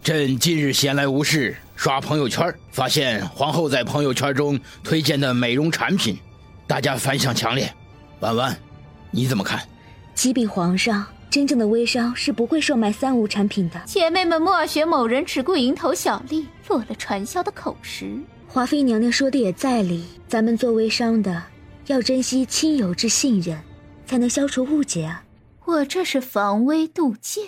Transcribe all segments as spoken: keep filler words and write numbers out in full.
朕今日闲来无事，刷朋友圈，发现皇后在朋友圈中推荐的美容产品，大家反响强烈。婉婉，你怎么看？ 启禀皇上，真正的微商是不会售卖三无产品的。 姐妹们莫学某人只顾蝇头小利，落了传销的口实。 华妃娘娘说的也在理，咱们做微商的要珍惜亲友之信任，才能消除误解啊。 我这是防微杜渐。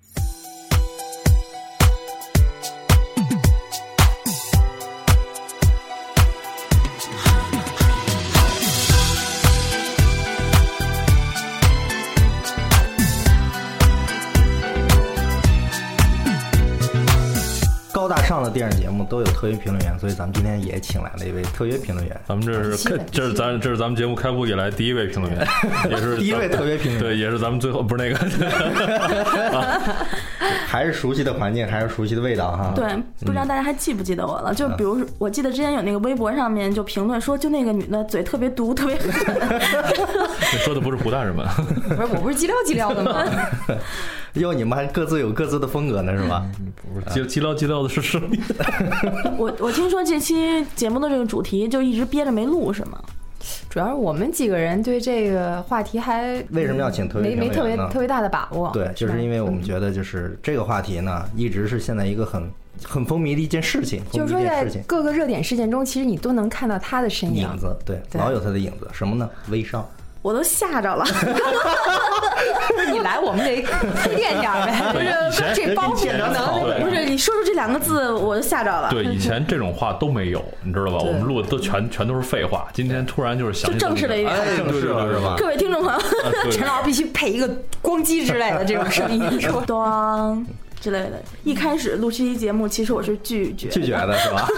高大上的电视节目都有特约评论员，所以咱们今天也请来了一位特约评论员。 咱们这是这是咱这是咱们节目开播以来第一位评论员，也是第一位特约评论员， 对，也是咱们最后不是那个，啊、 还是熟悉的环境，还是熟悉的味道哈。 对，不知道大家还记不记得我了？嗯、就比如我记得之前有那个微博上面就评论说，就那个女的嘴特别毒，特别。 你说的不是胡大人吗？ 不是，我不是叽撩叽撩的吗？ 哟，你们还各自有各自的风格呢，是吧？ 不是叽叽撩叽撩的是声音。 我我听说这期节目的这个主题就一直憋着没录，是吗？ 主要是我们几个人对这个话题还为什么要请特别评论员呢？ 没没特别特别大的把握。 对，就是因为我们觉得就是这个话题呢，一直是现在一个很很风靡的一件事情。 就是说，在各个热点事件中，其实你都能看到他的身影影子，对，对老有他的影子。什么呢？微商。 我都吓着了。 你来，我们得铺垫点呗。就是这包袱能能， 不是你说出这两个字，我就吓着了。 对，以前这种话都没有，你知道吧？我们录的都全全都是废话，今天突然就是想就正式了一点， 正式了是吧？ 各位听众朋友， 陈老师必须配一个咣叽之类的这种声音，说咣。之类的，一开始录这期节目，其实我是拒绝拒绝的，是吧？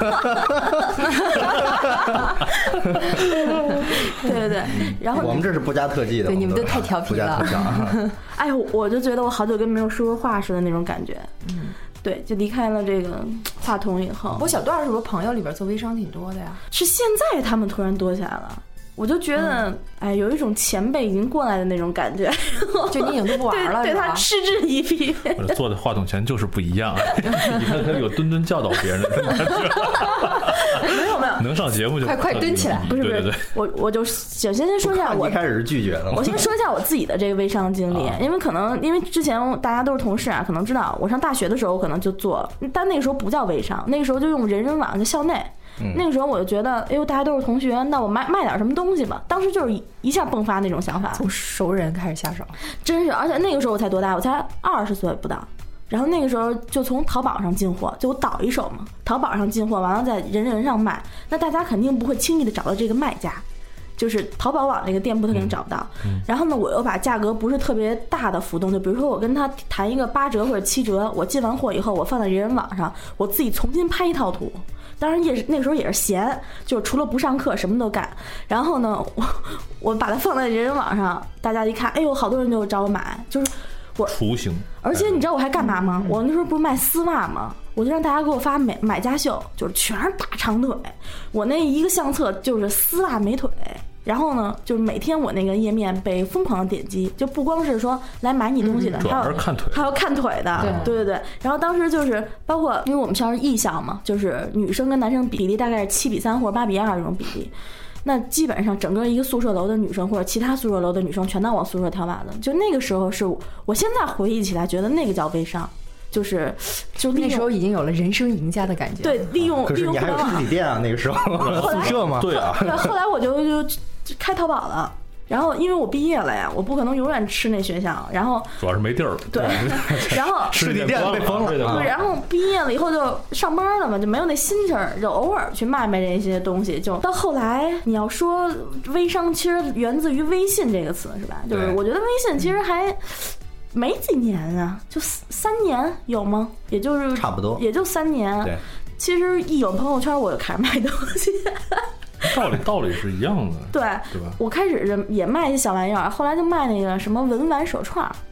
对对对，然后我们这是不加特技的， 对，你们都太调皮了。 哎呦，我就觉得我好久跟没有说过话似的那种感觉。嗯，对，就离开了这个话筒以后， 我小段是不是朋友里边做微商挺多的呀？ 是现在他们突然多起来了。我就觉得，嗯、哎，有一种前辈已经过来的那种感觉， 就你已经都不玩了， 对, 对他嗤之以鼻。 我坐在话筒前就是不一样，你看他有敦敦教导别人的感觉。 没有没有， 能上节目就快快蹲起来。 不是不是， 对对对， 我我就首先先说一下我一开始是拒绝的， 我先说一下我自己的这个微商经历，因为可能因为之前大家都是同事啊，可能知道我上大学的时候我可能就做，但那个时候不叫微商，那个时候就用人人网，就校内。嗯、那个时候我就觉得，哎呦，大家都是同学，那我卖卖点什么东西吧。当时就是一下迸发那种想法， 从熟人开始下手， 真是。而且那个时候我才多大，我才二十岁不到。然后那个时候就从淘宝上进货，就我倒一手嘛，淘宝上进货，完了在人人上卖，那大家肯定不会轻易的找到这个卖家。就是淘宝网那个店铺他可能找不到，嗯嗯、然后呢，我又把价格不是特别大的浮动，就比如说我跟他谈一个八折或者七折，我进完货以后，我放在人人网上，我自己重新拍一套图。当然也是那个时候也是闲，就是除了不上课什么都干。然后呢，我我把它放在人人网上，大家一看，哎呦，好多人就找我买，就是我雏形。 而且你知道我还干嘛吗？我那时候不是卖丝袜吗？我就让大家给我发买买家秀，就是全是大长腿，我那一个相册就是丝袜美腿。然后呢，就是每天我那个页面被疯狂的点击，就不光是说来买你东西的， 主要是看腿， 还有看腿的，对对对。然后当时就是包括，因为我们学校是艺校嘛，就是女生跟男生比例大概是七比三或者八比二这种比例，那基本上整个一个宿舍楼的女生或者其他宿舍楼的女生全到我宿舍跳马的。就那个时候是我现在回忆起来觉得那个叫微商。就是就那时候已经有了人生赢家的感觉。 对，利用可是你还有实体店啊，那个时候宿舍嘛。 对啊。 对，后来我就就开淘宝了。然后因为我毕业了呀，我不可能永远吃那学校，然后主要是没地儿。 对，然后实体店被封了。 对，然后毕业了以后就上班了嘛，就没有那心情儿，就偶尔去卖卖这些东西。就到后来你要说微商，其实源自于微信这个词是吧？就是我觉得微信其实还没几年啊，就三年有吗？也就是差不多， 也就三年。 对， 其实一有朋友圈我就开始卖东西。 道理道理是一样的， 对对吧？ 我开始也卖一些小玩意儿，后来就卖那个什么文玩手串，就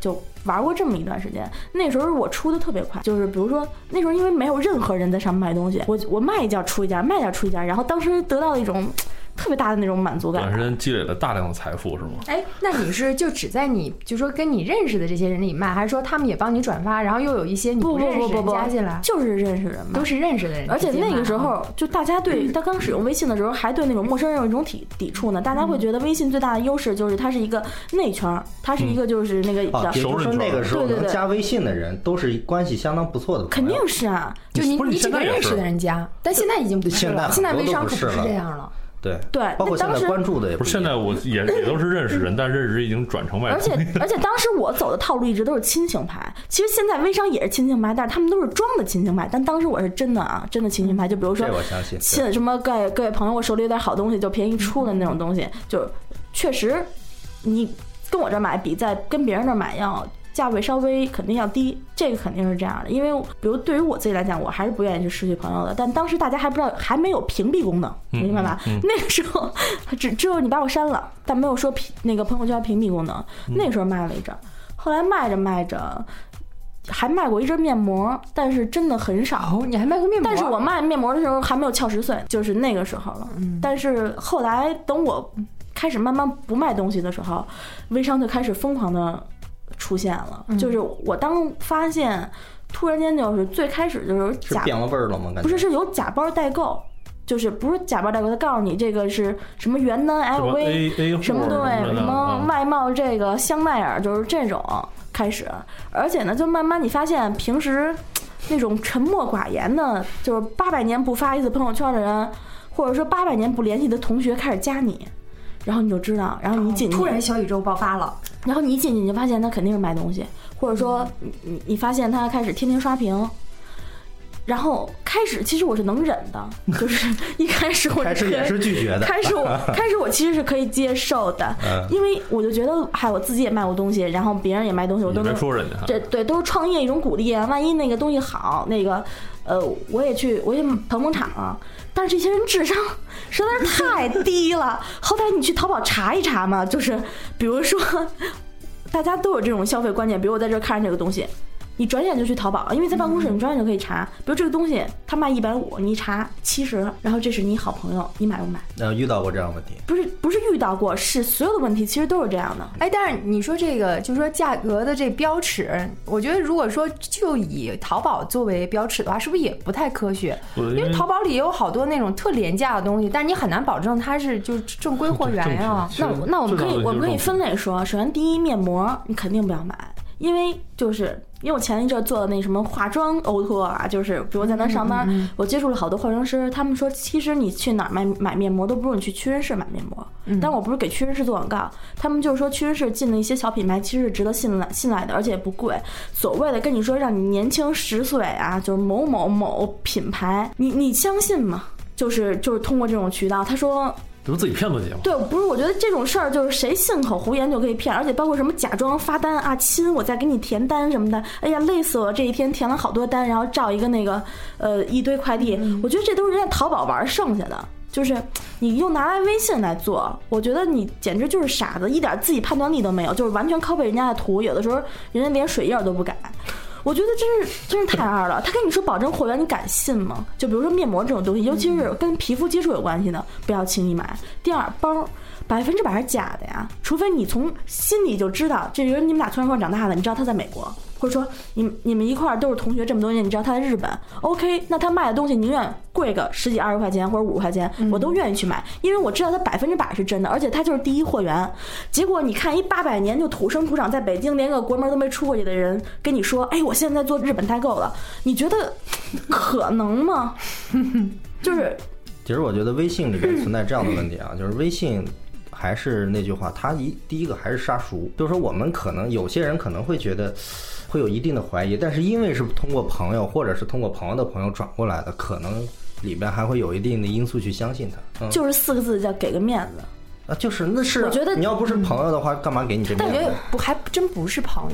玩过这么一段时间。那时候我出的特别快，就是比如说那时候因为没有任何人在上面卖东西，我我卖一家出一家，卖一家出一家，然后当时得到了一种特别大的那种满足感， 短时间积累了大量的财富，是吗？ 哎，那你是就只在你就说跟你认识的这些人里卖，还是说他们也帮你转发，然后又有一些你不认识的人加进来？ 就是认识人嘛， 都是认识的人。 而且那个时候就大家对他刚使用微信的时候，还对那种陌生人有一种抵抵触呢。大家会觉得微信最大的优势就是它是一个内圈，它是一个就是那个啊，也就是说那个时候能加微信的人都是关系相当不错的朋友。 肯定是啊， 就你你只跟认识的人加，但现在已经不是了，现在微商可不是这样了。 对对， 包括现在关注的也不是。现在我也也都是认识人，但认识已经转成外。 而且而且当时我走的套路一直都是亲情牌，其实现在微商也是亲情牌，但是他们都是装的亲情牌。但当时我是真的啊，真的亲情牌。就比如说， 这我相信。 亲什么各位各位朋友，我手里有点好东西，就便宜出的那种东西，就确实你跟我这买比在跟别人那买要价位稍微肯定要低，这个肯定是这样的。因为比如对于我自己来讲，我还是不愿意去失去朋友的。但当时大家还不知道，还没有屏蔽功能，明白吧？嗯嗯、那个时候只只有你把我删了，但没有说屏那个朋友圈屏蔽功能。那个时候卖了一阵，后来卖着卖着。还卖过一阵面膜，但是真的很少。 哦，你还卖过面膜？ 但是我卖面膜的时候还没有翘十岁，就是那个时候了。嗯，但是后来等我开始慢慢不卖东西的时候，微商就开始疯狂的出现了。嗯、就是我当发现，突然间就是最开始就是假是变了味儿了吗？ 不是，是有假包代购。就是不是假包代购，他告诉你这个是什么原单 L V 什么对什么外贸这个香奈儿，就是这种开始，而且呢，就慢慢你发现平时那种沉默寡言的，就是八百年不发一次朋友圈的人，或者说八百年不联系的同学开始加你，然后你就知道，然后你进去、 哦、突然小宇宙爆发了， 然后你一进去你就发现他肯定是卖东西，或者说你你发现他开始天天刷屏。然后开始其实我是能忍的，就是一开始我开始也是拒绝的， 开始我开始我其实是可以接受的，嗯、因为我就觉得，嗨，我自己也卖过东西，然后别人也卖东西，我都能别说人家， 这对都是创业一种鼓励啊。万一那个东西好，那个呃，我也去，我也捧捧场啊。但是这些人智商实在是太低了，好歹你去淘宝查一查嘛，就是比如说大家都有这种消费观念，比如我在这看着这个东西。你转眼就去淘宝，因为在办公室你转眼就可以查，比如这个东西它卖一百五，你一查七十，然后这是你好朋友，你买不买？ 呃，遇到过这样的问题？ 不是，不是遇到过，是所有的问题其实都是这样的。 哎，但是你说这个，就是说价格的这标尺，我觉得如果说就以淘宝作为标尺的话，是不是也不太科学？因为淘宝里也有好多那种特廉价的东西，但是你很难保证它是就是正规货源呀。 那那我们可以我们可以分类说，首先第一，面膜你肯定不要买，因为就是。因为我前一阵做的那什么化妆欧托啊，就是比如在那上班，嗯嗯我接触了好多化妆师，他们说其实你去哪儿买买面膜都不如你去屈臣氏买面膜。嗯、但我不是给屈臣氏做广告，他们就是说屈臣氏进的一些小品牌其实是值得信赖信赖的，而且也不贵。所谓的跟你说让你年轻十岁啊，就是某某某品牌，你你相信吗？就是就是通过这种渠道，他说。 不是自己骗自己吗？ 对，不是，我觉得这种事儿就是谁信口胡言就可以骗，而且包括什么假装发单啊，亲，我再给你填单什么的，哎呀，累死我了！这一天填了好多单，然后照一个那个呃一堆快递，嗯、我觉得这都是人家淘宝玩剩下的，就是你又拿来微信来做，我觉得你简直就是傻子，一点自己判断力都没有，就是完全copy人家的图，有的时候人家连水印都不改。我觉得真是真是太二了，他跟你说保证货源，你敢信吗？就比如说面膜这种东西，尤其是跟皮肤接触有关系的，不要轻易买。第二，包百分之百是假的呀，除非你从心里就知道这人你们俩从一块长大的，你知道他在美国，或者说你你们一块都是同学这么多年，你知道他在日本 ，OK， 那他卖的东西宁愿贵个十几二十块钱或者五十块钱，我都愿意去买，因为我知道他百分之百是真的，而且他就是第一货源。结果你看一八百年就土生土长在北京连个国门都没出过去的人跟你说，哎，我现在做日本代购了，你觉得可能吗？就是， 其实我觉得微信里边存在这样的问题啊，就是微信。还是那句话，它一第一个还是杀熟，就是说我们可能有些人可能会觉得会有一定的怀疑，但是因为是通过朋友或者是通过朋友的朋友转过来的，可能里边还会有一定的因素去相信他。嗯、 就是四个字叫给个面子啊，就是那是我觉得你要不是朋友的话，嗯、干嘛给你这面子？ 但我觉得不还真不是朋友。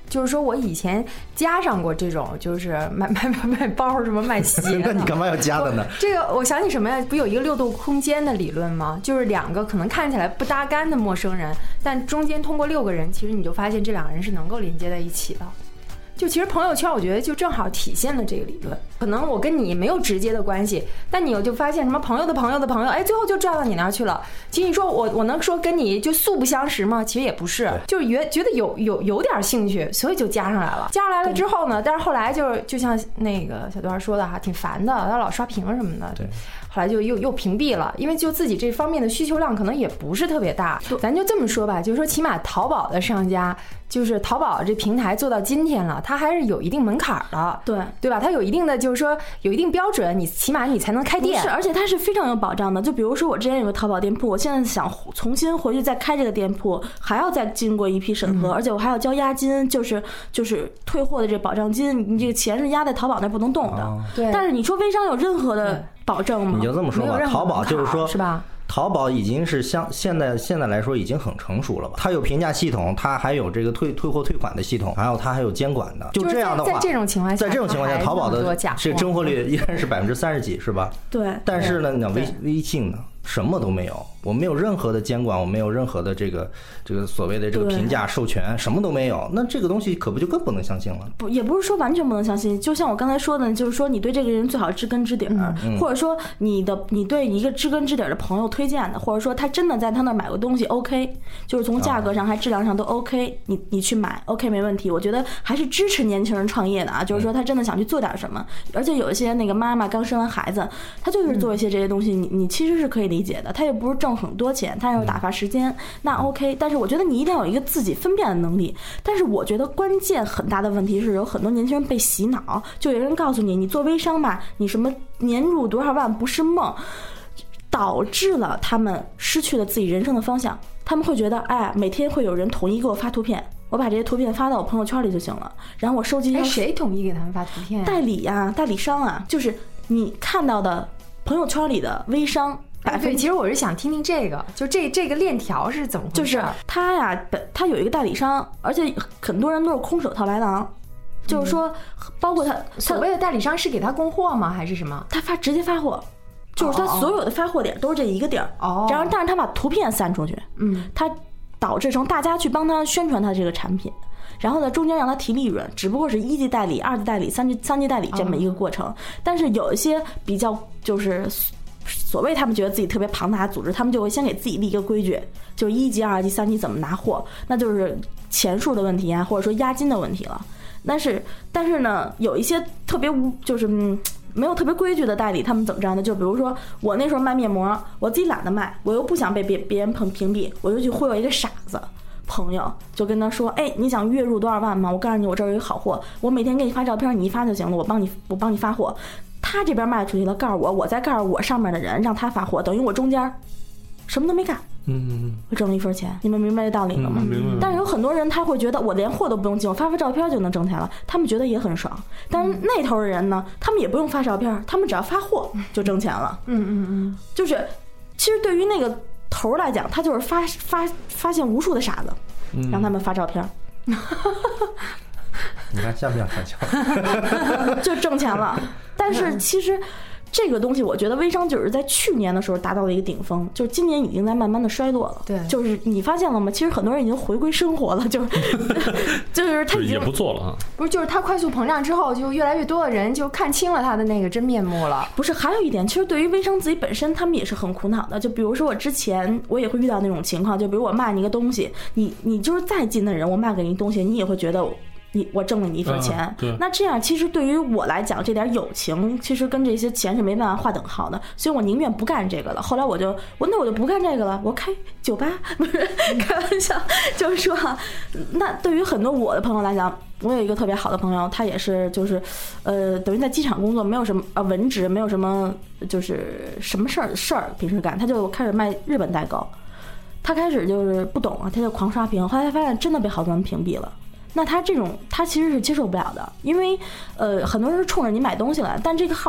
就是说我以前加上过这种，就是卖卖卖卖包什么卖鞋的。 那你干嘛要加的呢？ 这个我想起什么呀？不有一个六度空间的理论吗？就是两个可能看起来不搭干的陌生人，但中间通过六个人，其实你就发现这两个人是能够连接在一起的。就其实朋友圈，我觉得就正好体现了这个理论。可能我跟你没有直接的关系，但你就发现什么朋友的朋友的朋友，哎，最后就转到你那儿去了。其实你说我我能说跟你就素不相识吗？其实也不是，就是觉觉得有有有点兴趣，所以就加上来了。加上来了之后呢，但是后来就是就像那个小段说的哈，挺烦的，他老刷屏什么的。 对。 后来就又又屏蔽了，因为就自己这方面的需求量可能也不是特别大。咱就这么说吧，就是说起码淘宝的商家，就是淘宝这平台做到今天了，它还是有一定门槛的， 对对吧？它有一定的就是说有一定标准，你起码你才能开店。 是，而且它是非常有保障的。就比如说我之前有个淘宝店铺，我现在想重新回去再开这个店铺，还要再经过一批审核，嗯、而且我还要交押金，就是就是退货的这保障金，你这个钱是压在淘宝那不能动的。哦、 对。 但是你说微商有任何的保证吗？ 你就这么说吧，淘宝就是说， 是吧？ 淘宝已经是像现在现在来说已经很成熟了吧？它有评价系统，它还有这个退退货退款的系统，还有它还有监管的。就这样的话， 在这种情况下， 在这种情况下，淘宝的这征货率依然是百分之三十几，是吧？ 对。 但是呢，你讲微微信呢，什么都没有，我没有任何的监管，我没有任何的这个这个所谓的这个评价授权，什么都没有。那这个东西可不就更不能相信了？ 不，也不是说完全不能相信。就像我刚才说的，就是说你对这个人最好知根知底儿，嗯、或者说你的你对一个知根知底儿的朋友推荐的，或者说他真的在他那儿买过东西 OK， 就是从价格上还质量上都 OK， 你你去买 OK 没问题。我觉得还是支持年轻人创业的啊，就是说他真的想去做点什么，而且有一些那个妈妈刚生完孩子，他就是做一些这些东西，你你其实是可以理解的，他也不是挣很多钱，他要打发时间，那 OK。但是我觉得你一定要有一个自己分辨的能力。但是我觉得关键很大的问题是，有很多年轻人被洗脑，就有人告诉你，你做微商吧，你什么年入多少万不是梦。导致了他们失去了自己人生的方向。他们会觉得，哎，每天会有人统一给我发图片，我把这些图片发到我朋友圈里就行了，然后我收集。 哎，谁统一给他们发图片、啊？ 代理呀、啊，代理商啊，就是你看到的朋友圈里的微商。 哎，对，其实我是想听听这个，就这这个链条是怎么回事？ 就是他呀，本他有一个代理商，而且很多人都是空手套白狼。就是说，包括他所谓的代理商是给他供货吗？还是什么？ 他发直接发货。就是他所有的发货点都是这一个地儿，哦，然后但是他把图片散出去，嗯，他导致成大家去帮他宣传他这个产品，然后呢中间让他提利润，只不过是一级代理、二级代理、三级三级代理这么一个过程。哦、但是有一些比较就是所谓他们觉得自己特别庞大的组织，他们就会先给自己立一个规矩，就是一级、二级、三级怎么拿货，那就是钱数的问题啊，或者说押金的问题了。但是但是呢，有一些特别无就是嗯。没有特别规矩的代理，他们怎么着呢？就比如说我那时候卖面膜，我自己懒得卖，我又不想被别别人屏屏蔽，我就去忽悠一个傻子朋友，就跟他说：“哎，你想月入多少万吗？我告诉你，我这儿有一个好货，我每天给你发照片，你一发就行了，我帮你我帮你发货。”他这边卖出去了，告诉我，我再告诉我上面的人让他发货，等于我中间什么都没干。 嗯， 我挣了一份钱，你们明白这道理了吗？ 嗯、明白。 但是有很多人他会觉得我连货都不用进，我发发照片就能挣钱了，他们觉得也很爽。但是那头的人呢，他们也不用发照片，他们只要发货就挣钱了。 嗯嗯嗯， 就是其实对于那个头来讲，他就是发发发现无数的傻子，嗯、让他们发照片。 你看像不像传销？ 就挣钱了。但是其实。这个东西我觉得微商就是在去年的时候达到了一个顶峰，就是今年已经在慢慢的衰落了。 对， 就是你发现了吗？其实很多人已经回归生活了，就是就是他已经也不做了啊。 不是，就是他快速膨胀之后，就越来越多的人就看清了他的那个真面目了。 不是，还有一点，其实对于微商自己本身，他们也是很苦恼的。就比如说我之前我也会遇到那种情况，就比如我卖你一个东西，你你就是再近的人，我卖给你东西，你也会觉得。你我挣了你一份钱、 啊， 那这样其实对于我来讲，这点友情其实跟这些钱是没办法划等号的，所以我宁愿不干这个了。后来我就我那我就不干这个了，我开酒吧，不是开玩笑，就是说哈，那对于很多我的朋友来讲，我有一个特别好的朋友，他也是就是呃，等于在机场工作，没有什么呃文职，没有什么就是什么事儿事儿平时干，他就开始卖日本代购。他开始就是不懂啊，他就狂刷屏，后来发现真的被好多人屏蔽了。那他这种他其实是接受不了的，因为呃很多人是冲着你买东西来，但这个号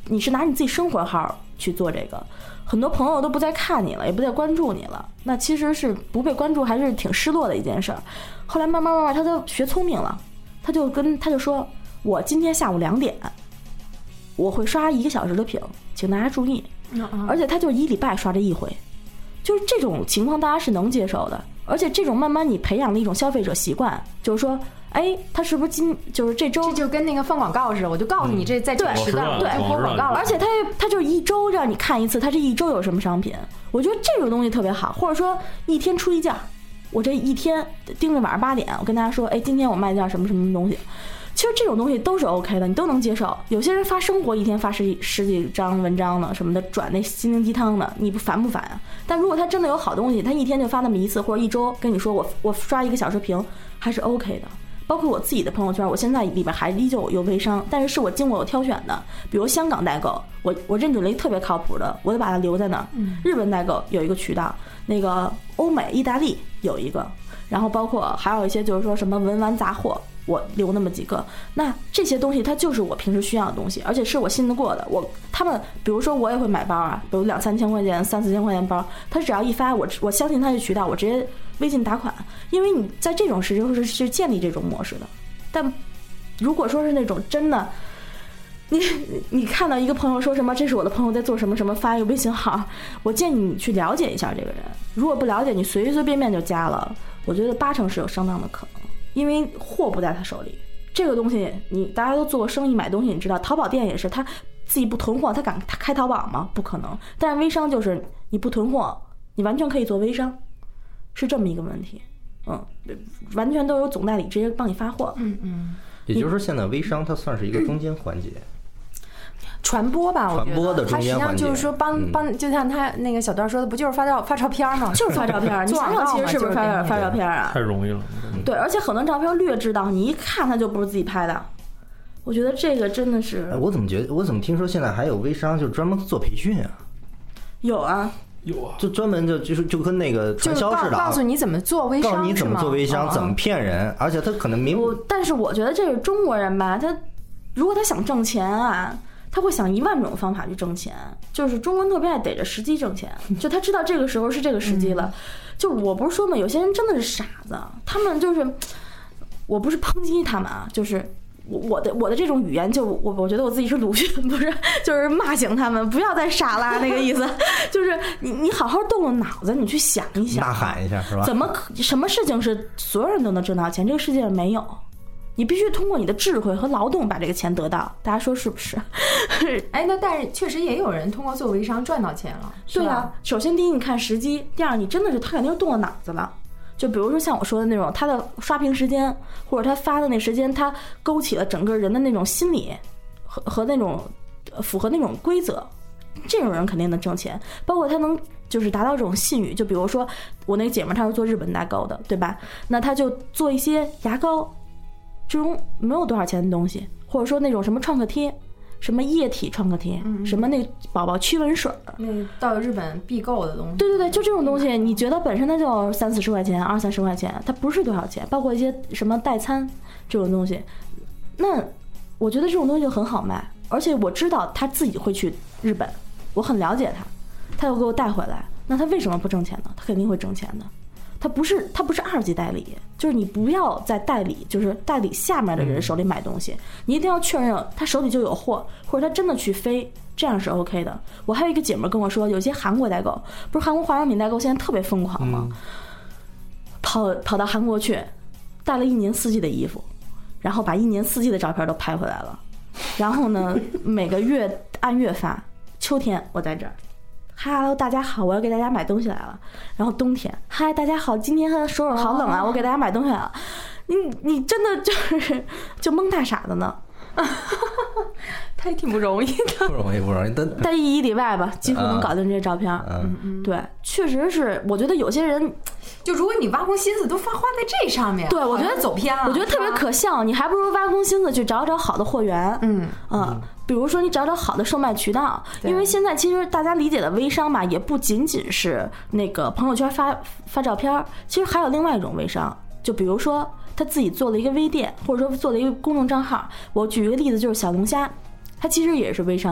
你是拿你自己生活号去做这个，很多朋友都不再看你了，也不再关注你了，那其实是不被关注还是挺失落的一件事儿。后来慢慢慢慢他就学聪明了，他就跟他就说，我今天下午两点我会刷一个小时的屏，请大家注意。而且他就一礼拜刷这一回，就是这种情况大家是能接受的。而且这种慢慢你培养的一种消费者习惯，就是说哎，他是不是今就是这周， 这就跟那个放广告似的，我就告诉你这在这个时段对播广告了， 而且他他就一周让你看一次，他这一周有什么商品，我觉得这种东西特别好。或者说一天出一件，我这一天盯着晚上八点，我跟大家说，哎，今天我卖件什么什么东西。其实这种东西都是 OK 的，你都能接受。有些人发生活一天发十几十几张文章呢什么的，转那心灵鸡汤的，你不烦不烦啊？但如果他真的有好东西，他一天就发那么一次，或者一周跟你说我我刷一个小时屏，还是 OK 的。包括我自己的朋友圈，我现在里边还依旧有微商，但是是我经过我挑选的，比如香港代购，我我认准了一个特别靠谱的，我就把它留在那儿。嗯、日本代购有一个渠道，那个欧美、意大利有一个，然后包括还有一些就是说什么文玩杂货。我留那么几个，那这些东西它就是我平时需要的东西，而且是我信得过的。我他们比如说我也会买包啊，比如两三千块钱、三四千块钱包，他只要一发，我我相信他是渠道，我直接微信打款，因为你在这种时候是是建立这种模式的。但如果说是那种真的，你你看到一个朋友说什么这是我的朋友在做什么什么，发一个微信号，我建议你去了解一下这个人。如果不了解，你随随便便就加了，我觉得八成是有上当的可能。因为货不在他手里，这个东西你大家都做过生意买东西，你知道淘宝店也是，他自己不囤货，他敢他开淘宝吗？不可能。但是微商就是你不囤货，你完全可以做微商，是这么一个问题。嗯，完全都有总代理直接帮你发货。 嗯嗯。 也就是说，现在微商它算是一个中间环节。 传播吧，我觉得传播的中间环节， 它实际上就是说帮帮，就像他那个小段说的，不就是发照发照片吗？ 就是发照片，你想想其实是不是发发照片啊？ 太容易了。 对，而且很多照片略知道，你一看它就不是自己拍的。我觉得这个真的是， 我怎么觉得，我怎么听说现在还有微商就专门做培训啊？ 有啊。 有啊， 就专门就就是就跟那个传销似的， 告诉你怎么做微商， 告诉你怎么做微商，怎么骗人，而且他可能明。 但是我觉得这是中国人吧，他如果他想挣钱啊。他会想一万种方法去挣钱，就是中国人特别爱逮着时机挣钱，就他知道这个时候是这个时机了。就我不是说嘛，有些人真的是傻子，他们就是，我不是抨击他们啊，就是我我的我的这种语言，就我我觉得我自己是鲁迅，不是就是骂醒他们，不要再傻啦那个意思，就是你你好好动动脑子，你去想一想， 呐喊一下是吧？ 怎么可什么事情是所有人都能挣到钱？这个世界上没有。你必须通过你的智慧和劳动把这个钱得到，大家说是不是？ 哎，那但是确实也有人通过做微商赚到钱了。 对啊，首先第一你看时机，第二你真的是他肯定是动了脑子了。就比如说像我说的那种，他的刷屏时间或者他发的那时间，他勾起了整个人的那种心理和和那种符合那种规则，这种人肯定能挣钱。包括他能就是达到这种信誉，就比如说我那个姐妹她是做日本代购的，对吧？那他就做一些牙膏。这种没有多少钱的东西，或者说那种什么创可贴，什么液体创可贴，嗯、什么那宝宝驱蚊水， 那到日本必购的东西。 对对对，就这种东西，你觉得本身它就三四十块钱、二三十块钱，它不是多少钱。包括一些什么代餐这种东西，那我觉得这种东西就很好卖，而且我知道他自己会去日本，我很了解他，他又给我带回来，那他为什么不挣钱呢？他肯定会挣钱的。他不是他不是二级代理，就是你不要在代理，就是代理下面的人手里买东西，你一定要确认他手里就有货，或者他真的去飞，这样是 OK 的。我还有一个姐妹跟我说，有些韩国代购，不是韩国化妆品代购现在特别疯狂吗？嗯、跑跑到韩国去，带了一年四季的衣服，然后把一年四季的照片都拍回来了，然后呢，每个月按月发，秋天我在这儿。哈喽，大家好，我要给大家买东西来了。然后冬天，嗨，大家好，今天首尔好冷啊，我给大家买东西来了。你你真的就是就蒙大傻子呢， 他也挺不容易的， 不容易不容易。但但一礼拜吧，几乎能搞定这些照片。嗯嗯，对，确实是，我觉得有些人。 就如果你挖空心思都花花在这上面， 对我觉得走偏了， 我觉得特别可笑。你还不如挖空心思去找找好的货源，嗯嗯，比如说你找找好的售卖渠道，因为现在其实大家理解的微商嘛，也不仅仅是那个朋友圈发发照片，其实还有另外一种微商，就比如说他自己做了一个微店，或者说做了一个公众账号。我举一个例子，就是小龙虾，它其实也是微商。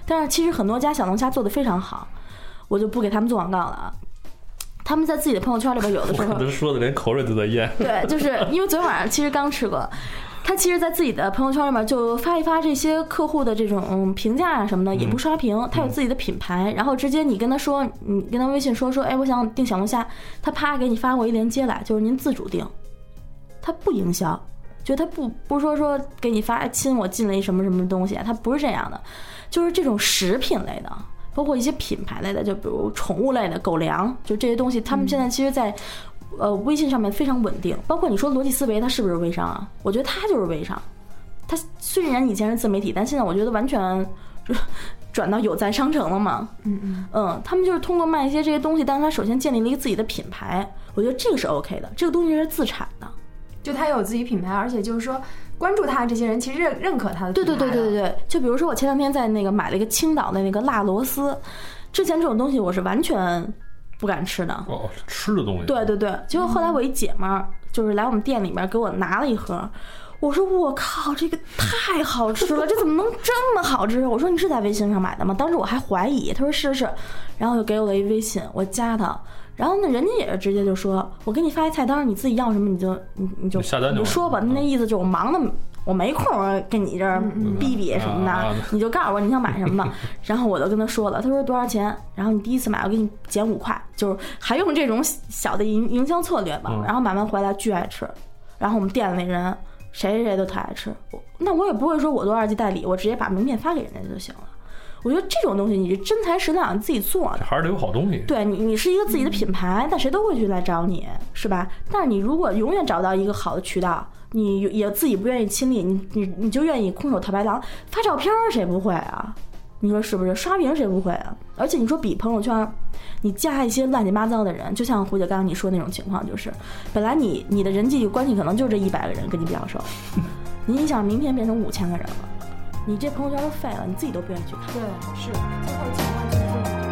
但是其实很多家小龙虾做的非常好，我就不给他们做广告了啊。他们在自己的朋友圈里边有的时候， 我说的连口水都在咽。 对，就是因为昨天晚上其实刚吃过。他其实，在自己的朋友圈里面就发一发这些客户的这种评价啊什么的，也不刷屏。他有自己的品牌，然后直接你跟他说，你跟他微信说说，哎，我想订小龙虾，他啪给你发过一链接来，就是您自主订，他不营销，就他不不是说说给你发亲我进了一什么什么东西，他不是这样的，就是这种食品类的，包括一些品牌类的，就比如宠物类的狗粮，就这些东西，他们现在其实在。呃，微信上面非常稳定，包括你说逻辑思维，它是不是微商啊？我觉得它就是微商。它虽然以前是自媒体，但现在我觉得完全转到有在商城了嘛。嗯嗯嗯，他们就是通过卖一些这些东西，但是他首先建立了一个自己的品牌，我觉得这个是 OK 的，这个东西是自产的， 就他有自己品牌，而且就是说关注他这些人其实认认可他的品牌。 对对对对对对，就比如说我前两天在那个买了一个青岛的那个辣螺丝，之前这种东西我是完全。不敢吃的哦，吃的东西。 对对对，结果后来我一姐们儿就是来我们店里面给我拿了一盒，我说我靠，这个太好吃了，这怎么能这么好吃？我说你是在微信上买的吗？当时我还怀疑，他说是是，然后就给我了一微信，我加他，然后呢，人家也是直接就说，我给你发一菜单，你自己要什么你就你你就下单就说吧，那意思就是我忙的。我没空跟你这儿逼逼什么的， 嗯嗯、 你就告诉我你想买什么吧。然后我就跟他说了，他说多少钱？然后你第一次买我给你减五块，就是还用这种小的营营销策略吧。 嗯、 然后买完回来巨爱吃，然后我们店里那人谁谁谁都特爱吃。那我也不会说我做二级代理，我直接把名片发给人家就行了。我觉得这种东西你是真材实料，你自己做的， 还是得有好东西。 对你，你是一个自己的品牌，那谁都会去来找你，是吧？但是你如果永远找不到一个好的渠道。你也自己不愿意亲历，你你你就愿意空手套白狼，发照片谁不会啊？你说是不是？刷屏谁不会啊？而且你说比朋友圈，你加一些乱七八糟的人，就像胡姐刚刚你说那种情况，就是本来你你的人际关系可能就这一百个人跟你比较熟，你想明天变成五千个人了，你这朋友圈都废了，你自己都不愿意去看。 对，是最后情况就是。